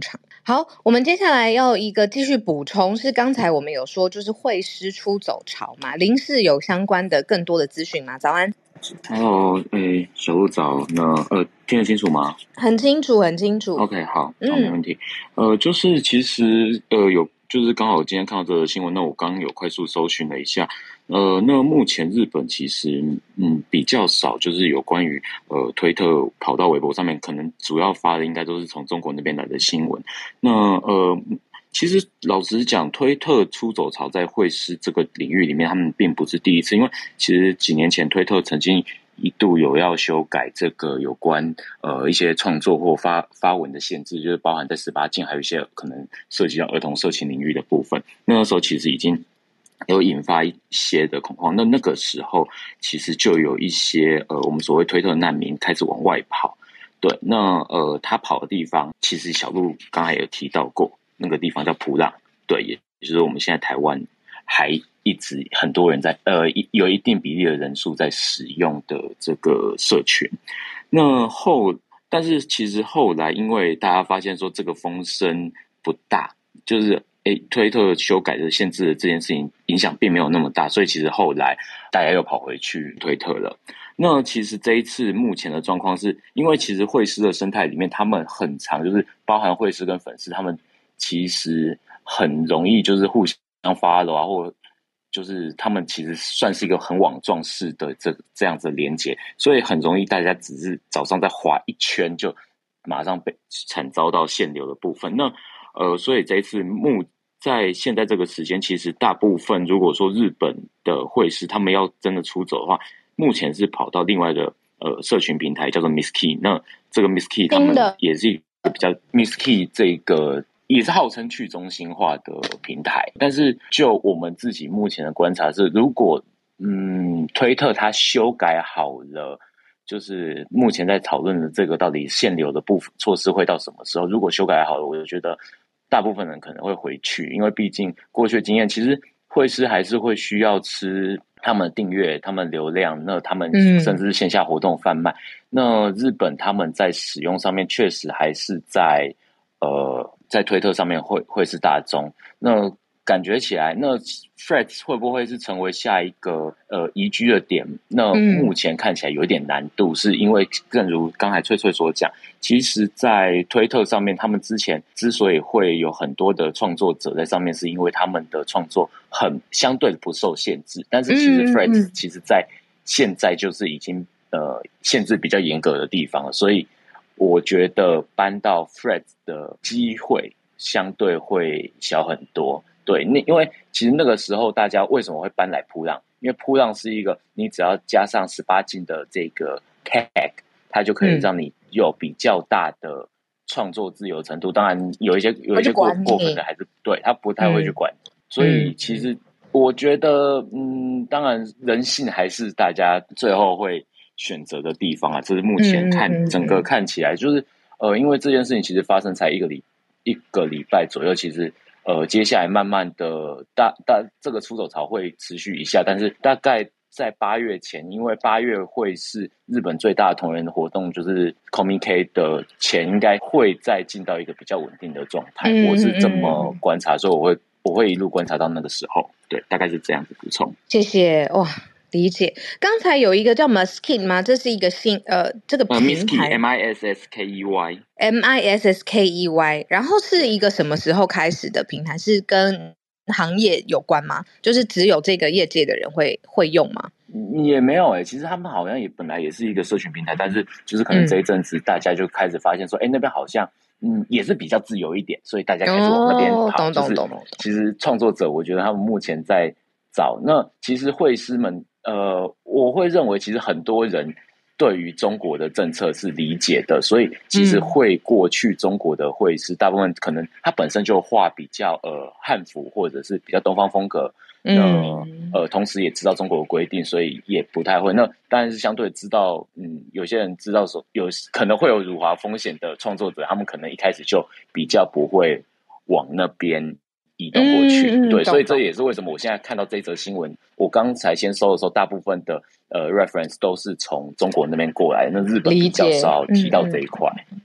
B: 好，我们接下来要一个继续补充，是刚才我们有说就是会师出走潮嘛，林氏有相关的更多的资讯吗？早安。
F: Hello，诶，小鹿早，那呃听得清楚吗？
B: 很清楚，很清楚。
F: OK， 好，嗯，没问题。呃，就是其实呃有，就是刚好今天看到这个新闻，那我刚刚有快速搜寻了一下，呃，那目前日本其实嗯比较少，就是有关于呃推特跑到微博上面，可能主要发的应该都是从中国那边来的新闻。那呃。其实老实讲，推特出走潮在会师这个领域里面，他们并不是第一次，因为其实几年前推特曾经一度有要修改这个有关呃一些创作或发发文的限制，就是包含在十八禁，还有一些可能涉及到儿童色情领域的部分。那个时候其实已经有引发一些的恐慌，那那个时候其实就有一些呃我们所谓推特难民开始往外跑。对，那呃他跑的地方，其实小鹿刚才有提到过。那个地方叫普朗，对，也就是我们现在台湾还一直很多人在呃有一定比例的人数在使用的这个社群。那后，但是其实后来因为大家发现说这个风声不大，就是诶推特修改的限制的这件事情影响并没有那么大，所以其实后来大家又跑回去推特了。那其实这一次目前的状况是，因为其实会师的生态里面，他们很常就是包含会师跟粉丝，他们其实很容易就是互相follow啊，或就是他们其实算是一个很网状式的这这样子的连结，所以很容易大家只是早上在滑一圈就马上被惨遭到限流的部分。那呃，所以这一次目在现在这个时间，其实大部分如果说日本的会师他们要真的出走的话，目前是跑到另外的呃社群平台叫做 Misskey。那这个 Misskey 他们也是一个比较 Misskey 这个。也是号称去中心化的平台，但是就我们自己目前的观察是，如果嗯推特它修改好了，就是目前在讨论的这个到底限流的部分措施会到什么时候？如果修改好了，我就觉得大部分人可能会回去，因为毕竟过去的经验，其实会师还是会需要吃他们订阅、他们流量，那他们甚至是线下活动贩卖。嗯、那日本他们在使用上面确实还是在呃。在推特上面会会是大宗，那感觉起来，那 Threads 会不会是成为下一个呃宜居的点？那目前看起来有一点难度，嗯、是因为正如刚才翠翠所讲，其实，在推特上面，他们之前之所以会有很多的创作者在上面，是因为他们的创作很相对不受限制，但是其实 Threads 其实在现在就是已经呃限制比较严格的地方了，所以。我觉得搬到 Threads 的机会相对会小很多，对，那因为其实那个时候大家为什么会搬来扑浪？因为扑浪是一个你只要加上十八禁的这个 tag， 它就可以让你有比较大的创作自由程度。嗯、当然有一些有一些过过分的还是对他不太会去管，嗯、所以其实我觉得，嗯，当然人性还是大家最后会。选择的地方啊，这是目前看、嗯、整个看起来就是呃，因为这件事情其实发生才一个礼一个礼拜左右，其实呃，接下来慢慢的大大这个出走潮会持续一下，但是大概在八月前，因为八月会是日本最大的同人的活动，就是 Comic 的前，应该会再进到一个比较稳定的状态，嗯、我是这么观察，所以我会我会一路观察到那个时候，对，大概是这样子补充。
B: 谢谢哇。理解，刚才有一个叫 Misskey 吗？这是一个新呃，这个平台、
F: uh, M I S S K E Y
B: M I S S K E Y， 然后是一个什么时候开始的平台？是跟行业有关吗？就是只有这个业界的人会会用吗？
F: 也没有诶、欸，其实他们好像也本来也是一个社群平台，但是就是可能这一阵子大家就开始发现说，哎、嗯欸，那边好像嗯也是比较自由一点，所以大家开始往那边跑。
B: 懂懂懂懂。
F: 其实创作者，我觉得他们目前在找，那其实会师们。呃，我会认为其实很多人对于中国的政策是理解的，所以其实会过去中国的会师，大部分可能他本身就画比较呃汉服或者是比较东方风格，嗯、呃呃，同时也知道中国的规定，所以也不太会。那当然是相对知道，嗯，有些人知道说有可能会有辱华风险的创作者，他们可能一开始就比较不会往那边。移动过去，嗯、对，所以这也是为什么我现在看到这则新闻，我刚才先搜的时候，大部分的呃 reference 都是从中国那边过来，那日本比较少提到这一块。
B: 嗯嗯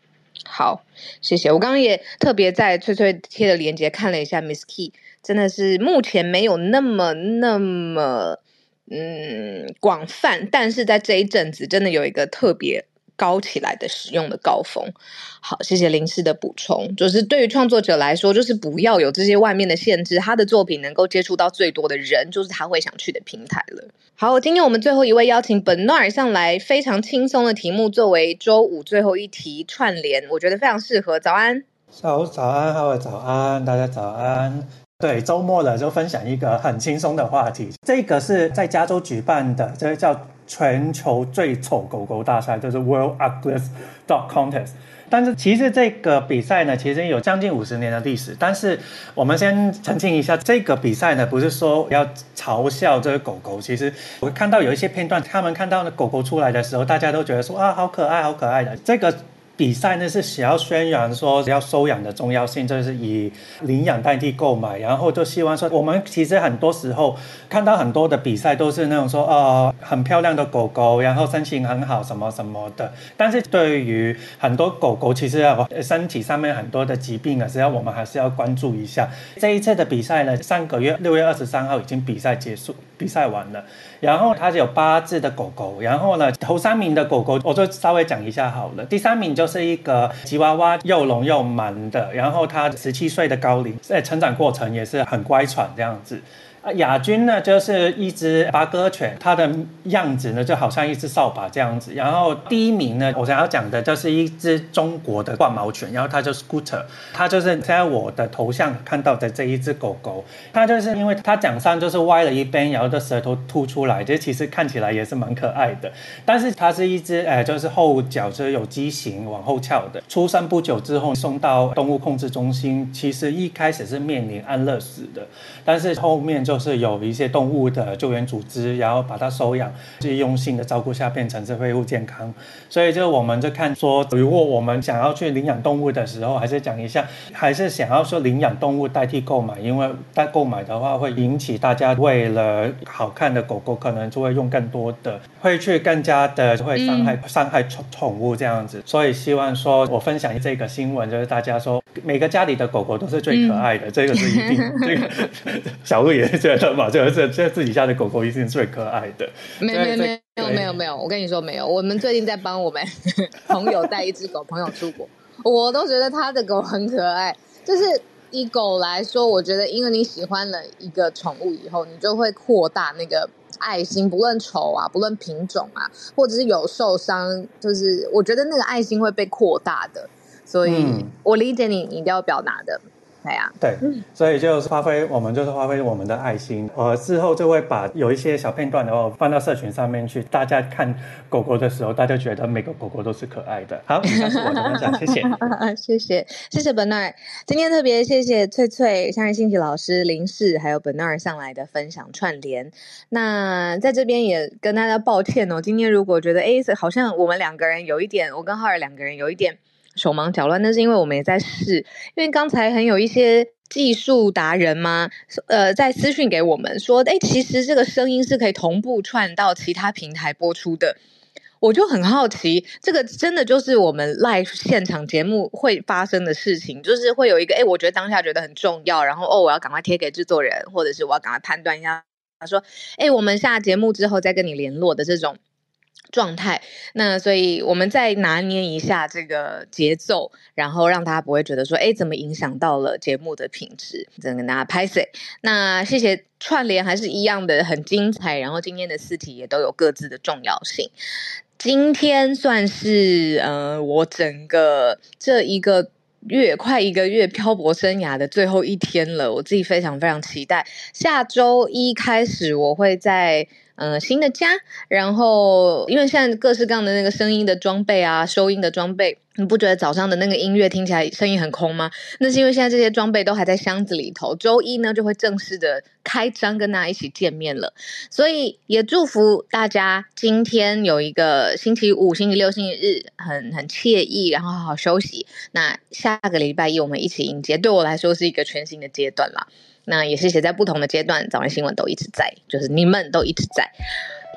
B: 好，谢谢。我刚刚也特别在翠翠贴的连结看了一下 Miss Key， 真的是目前没有那么那么嗯广泛，但是在这一阵子真的有一个特别高起来的使用的高峰。好，谢谢林氏的补充，就是对于创作者来说，就是不要有这些外面的限制，他的作品能够接触到最多的人，就是他会想去的平台了。好，今天我们最后一位邀请 Bernard 上来，非常轻松的题目作为周五最后一题串联，我觉得非常适合。早安，
G: 下午早安，各位早安，大家早安。对，周末了就分享一个很轻松的话题，这个是在加州举办的，这个叫全球最丑狗狗大赛，就是 World Ugliest Dog Contest。但是其实这个比赛呢，其实有将近五十年的历史。但是我们先澄清一下，这个比赛呢，不是说要嘲笑这个狗狗。其实我看到有一些片段，他们看到狗狗出来的时候，大家都觉得说啊，好可爱，好可爱的。这个比赛呢是想要宣扬说要收养的重要性，就是以领养代替购买，然后就希望说，我们其实很多时候看到很多的比赛都是那种说哦很漂亮的狗狗，然后身形很好什么什么的，但是对于很多狗狗其实身体上面很多的疾病啊，实际上我们还是要关注一下。这一次的比赛呢，上个月六月二十三号已经比赛结束，比赛完了，然后它有八只的狗狗，然后呢头三名的狗狗我就稍微讲一下好了。第三名就是一个吉娃娃，又聋又盲的，然后它十七岁的高龄，成长过程也是很乖喘这样子。亚军呢就是一只巴哥犬，它的样子呢就好像一只扫把这样子。然后第一名呢，我想要讲的就是一只中国的冠毛犬，然后它就是 Scooter， 它就是现在我的头像看到的这一只狗狗。它就是因为它掌上就是歪了一边，然后的舌头凸出来，这其实看起来也是蛮可爱的。但是它是一只呃，就是后脚就是有畸形往后翘的，出生不久之后送到动物控制中心，其实一开始是面临安乐死的，但是后面就就是有一些动物的救援组织，然后把它收养，就是用心的照顾下变成是恢复健康。所以就我们就看说，如果我们想要去领养动物的时候，还是讲一下，还是想要说领养动物代替购买，因为代购买的话会引起大家为了好看的狗狗，可能就会用更多的，会去更加的会伤害、嗯、伤害宠物这样子。所以希望说我分享这个新闻，就是大家说每个家里的狗狗都是最可爱的，嗯、这个是一定，这个小鹿也是觉得嘛，就是这自己家的狗狗一定是最可爱的。
B: 没有没有没有没有没有，我跟你说没有。我们最近在帮我们朋友带一只狗朋友出国，我都觉得他的狗很可爱。就是以狗来说，我觉得因为你喜欢了一个宠物以后，你就会扩大那个爱心，不论丑啊，不论品种啊，或者是有受伤，就是我觉得那个爱心会被扩大的。所以我理解你你一定要表达的。对啊，
G: 对，所以就是发挥，我们就是发挥我们的爱心。呃，之后就会把有一些小片段的话放到社群上面去，大家看狗狗的时候，大家觉得每个狗狗都是可爱的。好，以上是我的分享，谢谢，
B: 谢谢，谢谢 Bernard。今天特别谢谢翠翠、向日新奇老师、林氏还有 Bernard 上来的分享串联。那在这边也跟大家抱歉哦，今天如果觉得哎，好像我们两个人有一点，我跟浩尔两个人有一点手忙脚乱，那是因为我们也在试，因为刚才很有一些技术达人嘛，呃，在私讯给我们说，哎，其实这个声音是可以同步串到其他平台播出的。我就很好奇，这个真的就是我们 live 现场节目会发生的事情，就是会有一个，哎，我觉得当下觉得很重要，然后哦，我要赶快贴给制作人，或者是我要赶快判断一下，他说，哎，我们下节目之后再跟你联络的这种状态。那所以我们再拿捏一下这个节奏，然后让大家不会觉得说哎，怎么影响到了节目的品质，真的跟大家拍摄。那谢谢串联还是一样的很精彩，然后今天的四题也都有各自的重要性。今天算是呃我整个这一个月快一个月漂泊生涯的最后一天了，我自己非常非常期待下周一开始我会在呃新的家，然后因为现在各式各样的那个声音的装备啊，收音的装备，你不觉得早上的那个音乐听起来声音很空吗？那是因为现在这些装备都还在箱子里头，周一呢就会正式的开张跟大家一起见面了。所以也祝福大家今天有一个星期五、星期六、星期日很很惬意，然后好好休息。那下个礼拜一我们一起迎接，对我来说是一个全新的阶段啦。那也谢谢在不同的阶段早安新闻都一直在，就是你们都一直在。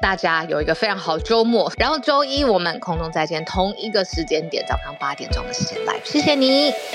B: 大家有一个非常好周末，然后周一我们空中再见，同一个时间点，早上八点钟的时间来，谢谢你。